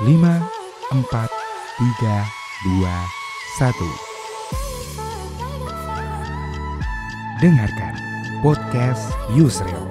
5, 4, 3, 2, 1. Dengarkan podcast Yusril.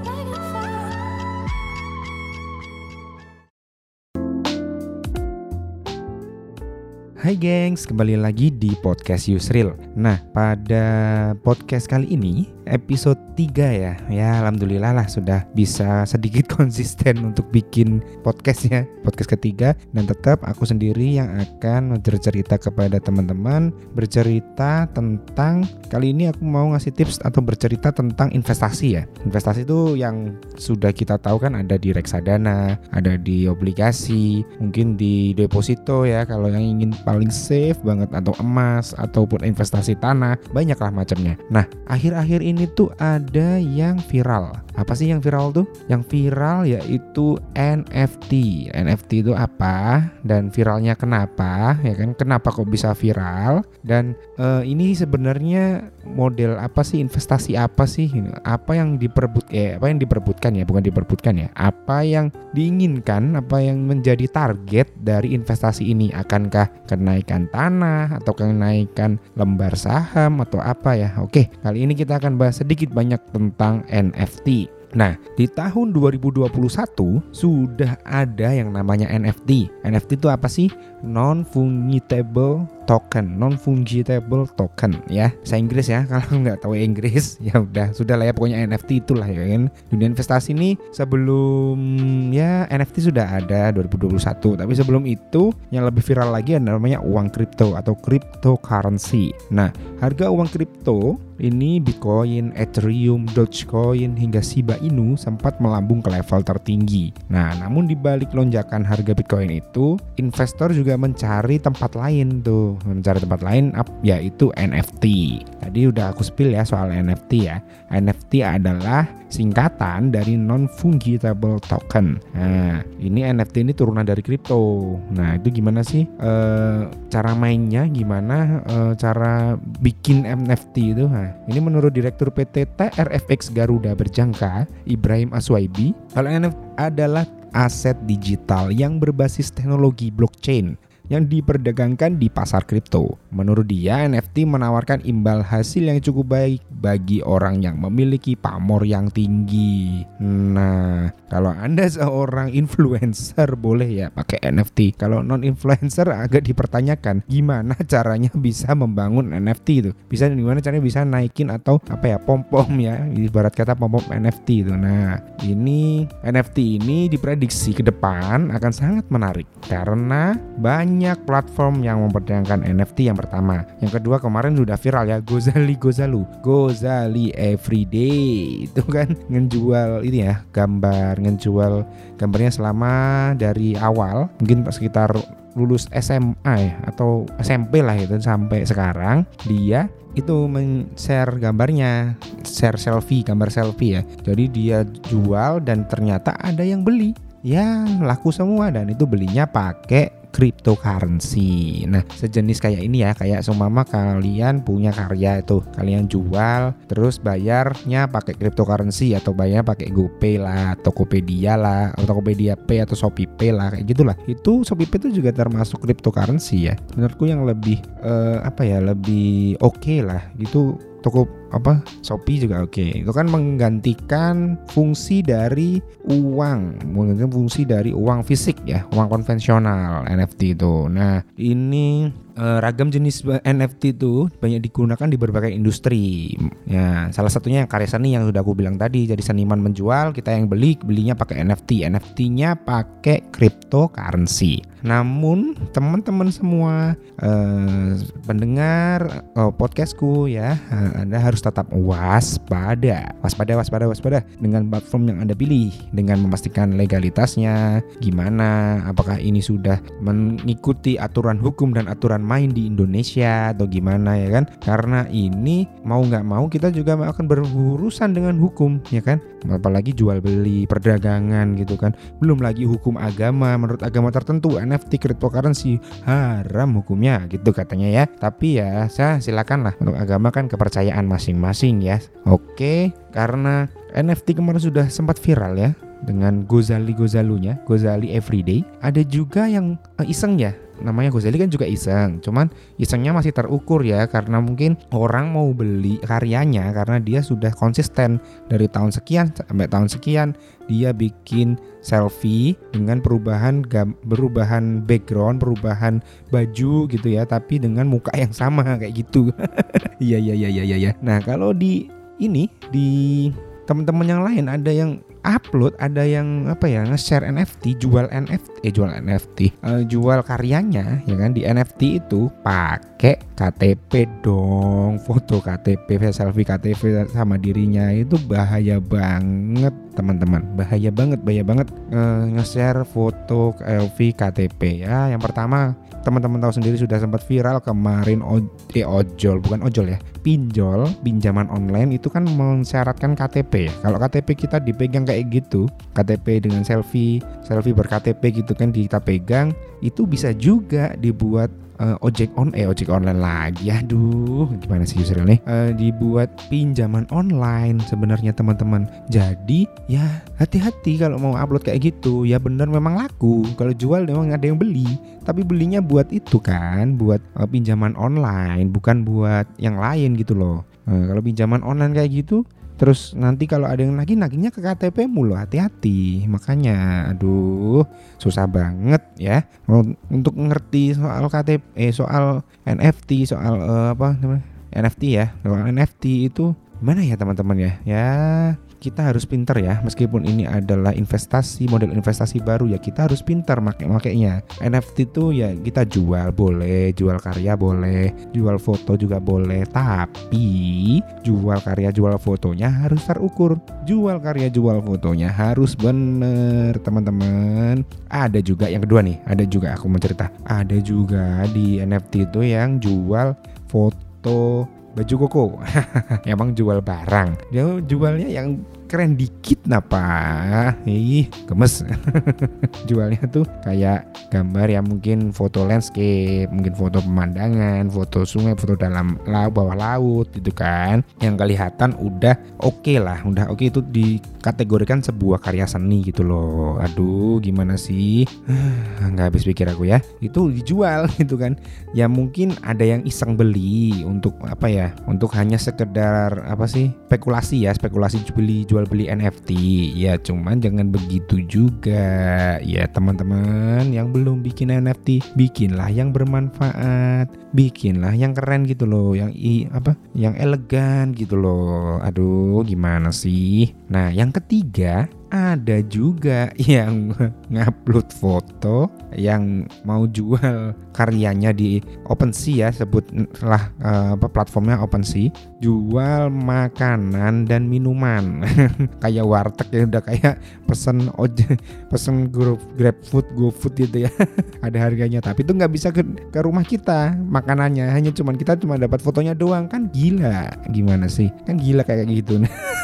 Hai gengs, kembali lagi di podcast Yusril. Nah, pada podcast kali ini episode 3 ya. Ya, alhamdulillah lah sudah bisa sedikit konsisten untuk bikin podcastnya. Podcast ketiga, dan tetap aku sendiri yang akan bercerita kepada teman-teman. Bercerita tentang, kali ini aku mau ngasih tips atau bercerita tentang investasi ya. Investasi itu yang sudah kita tahu kan ada di reksadana, ada di obligasi, mungkin di deposito ya kalau yang ingin paling safe banget, atau emas ataupun investasi tanah, banyaklah macamnya. Nah, akhir-akhir ini tuh ada yang viral. Apa sih yang viral tuh? Yang viral yaitu NFT. NFT itu apa? Dan viralnya kenapa? Ya kan? Kenapa kok bisa viral? Dan ini sebenarnya model apa sih? Investasi apa sih? Apa yang diperebutkan ya? Bukan diperebutkan ya. Apa yang diinginkan? Apa yang menjadi target dari investasi ini? Akankah kenaikan tanah atau kenaikan lembar saham atau apa ya? Oke, kali ini kita akan bahas sedikit banyak tentang NFT. Nah, di tahun 2021 sudah ada yang namanya NFT. NFT itu apa sih? Non-fungible token ya. Saya Inggris ya, kalau nggak tahu Inggris ya sudah lah ya, pokoknya NFT itulah ya kan. Dunia investasi ini sebelum ya NFT sudah ada 2021, tapi sebelum itu yang lebih viral lagi ada namanya uang kripto atau cryptocurrency. Nah, harga uang kripto ini Bitcoin, Ethereum, Dogecoin hingga Shiba Inu sempat melambung ke level tertinggi. Nah, namun di balik lonjakan harga Bitcoin itu, investor juga mencari tempat lain yaitu NFT. Tadi udah aku spill ya soal NFT ya. NFT adalah singkatan dari non-fungible token. Nah, ini NFT ini turunan dari kripto. Nah, itu gimana sih cara mainnya, gimana cara bikin NFT itu? Nah, ini menurut Direktur PT TRFX Garuda Berjangka, Ibrahim Aswaibi, kalau NFT adalah aset digital yang berbasis teknologi blockchain yang diperdagangkan di pasar kripto. Menurut dia, NFT menawarkan imbal hasil yang cukup baik bagi orang yang memiliki pamor yang tinggi. Nah, kalau Anda seorang influencer boleh ya pakai NFT. Kalau non-influencer agak dipertanyakan gimana caranya bisa membangun NFT itu. Gimana caranya bisa naikin atau pom-pom ya, ibarat kata pom-pom NFT itu. Nah, ini NFT ini diprediksi ke depan akan sangat menarik karena banyak platform yang memperdagangkan NFT yang pertama. Yang kedua, kemarin sudah viral ya, Gozali Everyday. Itu kan ngejual ini ya, ngejual gambarnya selama dari awal, mungkin sekitar lulus SMA ya, atau SMP lah itu, sampai sekarang dia itu men-share gambarnya, gambar selfie ya. Jadi dia jual dan ternyata ada yang beli. Ya, laku semua, dan itu belinya pakai cryptocurrency. Nah, sejenis kayak ini ya, kayak seumpama kalian punya karya itu, kalian jual terus bayarnya pakai cryptocurrency atau bayarnya pakai GoPay lah, Tokopedia lah, atau Tokopedia Pay atau Shopee Pay lah, kayak gitulah. Itu Shopee Pay itu juga termasuk cryptocurrency ya. Menurutku yang lebih lebih oke lah gitu. Shopee juga oke. Itu kan menggantikan fungsi dari uang fisik ya, uang konvensional NFT itu. Nah, ini ragam jenis NFT itu banyak digunakan di berbagai industri. Ya, salah satunya yang karya seni yang sudah aku bilang tadi. Jadi seniman menjual, kita yang belinya pakai NFT. NFT-nya pakai cryptocurrency. Namun teman-teman semua pendengar podcastku ya, Anda harus tetap waspada dengan platform yang Anda pilih, dengan memastikan legalitasnya gimana, apakah ini sudah mengikuti aturan hukum dan aturan main di Indonesia atau gimana ya kan. Karena ini mau nggak mau kita juga akan berurusan dengan hukum ya kan, apalagi jual beli perdagangan gitu kan. Belum lagi hukum agama, menurut agama tertentu NFT cryptocurrency haram hukumnya gitu katanya ya. Tapi ya silakan lah, untuk agama kan kepercayaan masing-masing ya. Oke, karena NFT kemarin sudah sempat viral ya, dengan Gozali Everyday. Ada juga yang iseng ya, namanya Gozali kan juga iseng, cuman isengnya masih terukur ya, karena mungkin orang mau beli karyanya karena dia sudah konsisten dari tahun sekian sampai tahun sekian dia bikin selfie dengan perubahan background, perubahan baju gitu ya, tapi dengan muka yang sama kayak gitu. Iya. Nah, kalau di teman-teman yang lain ada yang upload, ada yang nge-share NFT, jual karyanya ya kan, di NFT itu pakai KTP dong, foto KTP, selfie KTP sama dirinya. Itu bahaya banget teman-teman, bahaya banget nge-share foto selfie KTP ya. Yang pertama, teman-teman tahu sendiri sudah sempat viral kemarin pinjaman online itu kan mensyaratkan KTP ya. Kalau KTP kita dipegang kayak gitu, KTP dengan selfie ber-KTP gitu kan kita pegang, itu bisa juga dibuat ojek online lagi. Aduh, gimana sih Yusril nih? Dibuat pinjaman online sebenarnya teman-teman. Jadi ya hati-hati kalau mau upload kayak gitu. Ya benar memang laku. Kalau jual memang ada yang beli. Tapi belinya buat itu kan, buat pinjaman online, bukan buat yang lain gitu loh. Kalau pinjaman online kayak gitu, terus nanti kalau ada yang nagihnya ke KTP-mu loh, hati-hati. Makanya aduh, susah banget ya untuk ngerti soal KTP, soal NFT, soal NFT ya. Soal NFT itu gimana ya teman-teman ya? Ya kita harus pintar ya, meskipun ini adalah model investasi baru ya, kita harus pintar makainya. NFT itu ya kita jual boleh, jual karya boleh, jual foto juga boleh, tapi jual karya jual fotonya harus terukur. Jual karya jual fotonya harus bener teman-teman. Ada juga yang kedua nih, aku mau cerita, ada juga di NFT itu yang jual foto baju koko. Emang jual barang, dia jualnya yang keren dikit napa, gemes. Jualnya tuh kayak gambar ya, mungkin foto landscape, mungkin foto pemandangan, foto sungai, foto dalam bawah laut gitu kan, yang kelihatan udah oke itu dikategorikan sebuah karya seni gitu loh. Aduh, gimana sih, nggak habis pikir aku ya. Itu dijual gitu kan, ya mungkin ada yang iseng beli untuk untuk hanya sekedar spekulasi jual beli NFT ya. Cuman jangan begitu juga ya teman-teman. Yang belum bikin NFT, bikinlah yang bermanfaat, bikinlah yang keren gitu loh, yang elegan gitu loh. Aduh, gimana sih. Nah, yang ketiga, ada juga yang ngupload foto yang mau jual karyanya di OpenSea ya, sebutlah platformnya OpenSea, jual makanan dan minuman. Kayak warteg ya, udah kayak pesen GrabFood, GoFood gitu ya. Ada harganya, tapi itu nggak bisa ke rumah kita makanannya, hanya kita dapat fotonya doang. Kan gila, gimana sih, kan gila kayak gitu.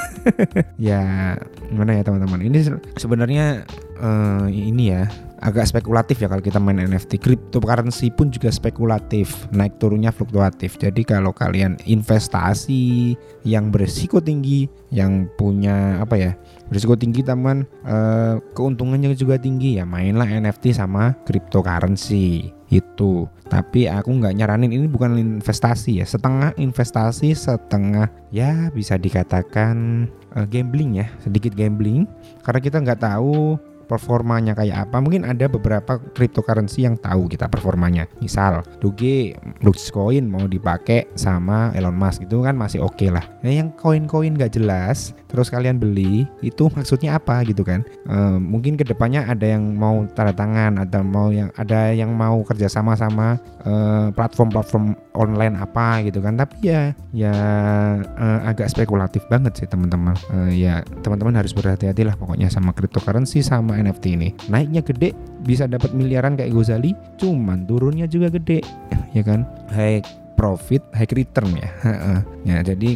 Ya gimana ya teman-teman, ini sebenarnya ini ya agak spekulatif ya kalau kita main NFT. Cryptocurrency pun juga spekulatif, naik turunnya fluktuatif. Jadi kalau kalian investasi yang berisiko tinggi, yang punya berisiko tinggi teman, keuntungannya juga tinggi, ya mainlah NFT sama cryptocurrency itu. Tapi aku nggak nyaranin, ini bukan investasi ya, setengah investasi, setengah ya bisa dikatakan gambling ya, sedikit gambling, karena kita nggak tahu performanya kayak apa. Mungkin ada beberapa cryptocurrency yang tahu kita performanya. Misal Dogecoin mau dipakai sama Elon Musk, itu kan masih oke lah. Nah, yang koin-koin gak jelas terus kalian beli, itu maksudnya apa gitu kan. Mungkin kedepannya ada yang mau tanda tangan, atau ada yang mau kerjasama sama platform online apa gitu kan. Tapi ya agak spekulatif banget sih teman-teman. Ya teman-teman harus berhati-hati lah pokoknya sama cryptocurrency sama NFT ini. Naiknya gede, bisa dapat miliaran kayak Gozali, cuman turunnya juga gede ya kan. High profit, high return ya. Ya jadi kan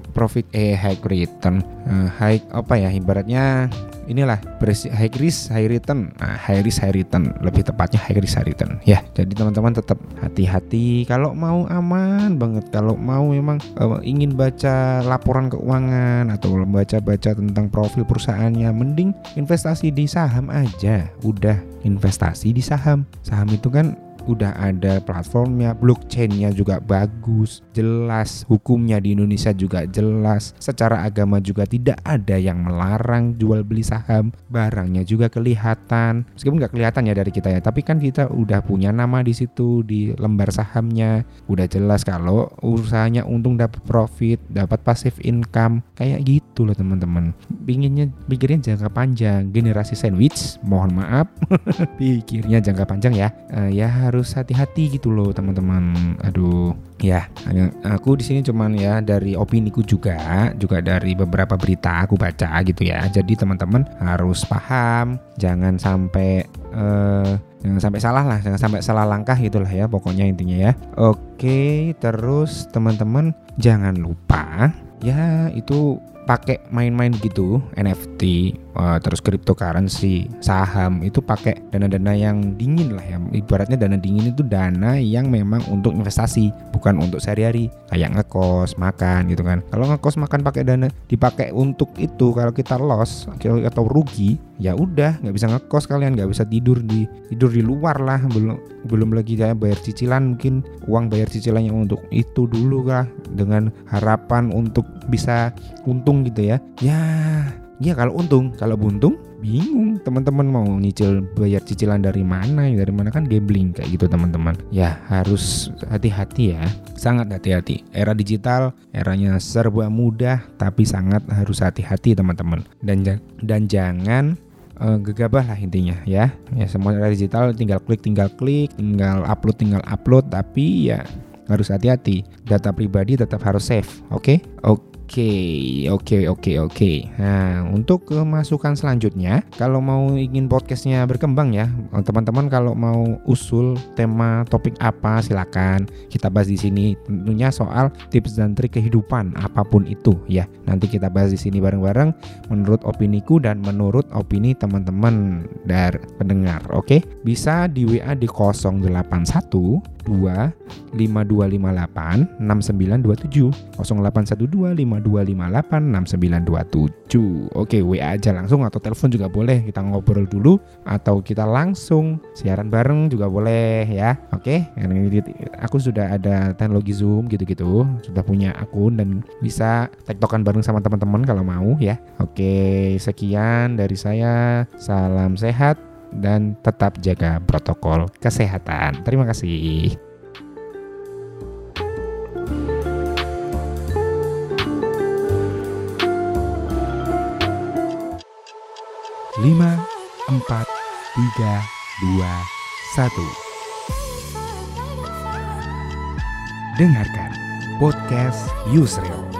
high return, high apa ya ibaratnya inilah high risk high return. High risk high return, lebih tepatnya high risk high return ya. Jadi teman-teman tetap hati-hati kalau mau aman banget, kalau mau memang ingin baca laporan keuangan atau baca-baca tentang profil perusahaannya, mending investasi di saham aja. Udah investasi di saham itu kan udah ada platformnya, blockchainnya juga bagus, jelas, hukumnya di Indonesia juga jelas, secara agama juga tidak ada yang melarang jual beli saham, barangnya juga kelihatan, meskipun nggak kelihatan ya dari kita ya, tapi kan kita udah punya nama di situ di lembar sahamnya, udah jelas kalau usahanya untung, dapat profit, dapat passive income, kayak gitu loh teman-teman. Pikirnya jangka panjang, generasi sandwich, mohon maaf, pikirnya jangka panjang ya, ya harus hati-hati gitu loh teman-teman. Aduh ya, aku di sini cuman ya dari opiniku juga dari beberapa berita aku baca gitu ya. Jadi teman-teman harus paham, jangan sampai salah lah, jangan sampai salah langkah gitulah ya, pokoknya intinya ya. Oke, terus teman-teman jangan lupa ya itu pakai main-main gitu, NFT, terus cryptocurrency, saham, itu pakai dana-dana yang dingin lah ya. Ibaratnya dana dingin itu dana yang memang untuk investasi, bukan untuk sehari-hari kayak ngekos, makan gitu kan. Kalau ngekos makan pakai dana dipakai untuk itu, kalau kita loss atau rugi, ya udah nggak bisa ngekos kalian, nggak bisa tidur di luar lah, belum lagi ya bayar cicilan, mungkin uang bayar cicilannya untuk itu dulu lah, dengan harapan untuk bisa untung gitu ya. Ya kalau untung, kalau buntung bingung teman-teman mau nyicil, bayar cicilan dari mana kan gambling kayak gitu teman-teman. Ya harus hati-hati ya, sangat hati-hati. Era digital, eranya serba mudah, tapi sangat harus hati-hati teman-teman. Dan jangan gegabah lah intinya ya. Ya semua era digital tinggal klik, tinggal upload, tapi ya harus hati-hati. Data pribadi tetap harus safe. Oke. Nah, untuk masukan selanjutnya, kalau mau ingin podcastnya berkembang ya, teman-teman kalau mau usul tema topik apa, silakan kita bahas di sini. Tentunya soal tips dan trik kehidupan apapun itu ya. Nanti kita bahas di sini bareng-bareng menurut opiniku dan menurut opini teman-teman dari pendengar. Oke, bisa di WA di 081 525258 6927 081252586927. Oke, WA aja langsung atau telepon juga boleh, kita ngobrol dulu atau kita langsung siaran bareng juga boleh ya. Oke, aku sudah ada teknologi Zoom gitu-gitu, sudah punya akun dan bisa tektokan bareng sama teman-teman kalau mau ya. Oke, sekian dari saya. Salam sehat dan tetap jaga protokol kesehatan. Terima kasih. Lima, 4, 3, 2, 1. Dengarkan podcast Yusril.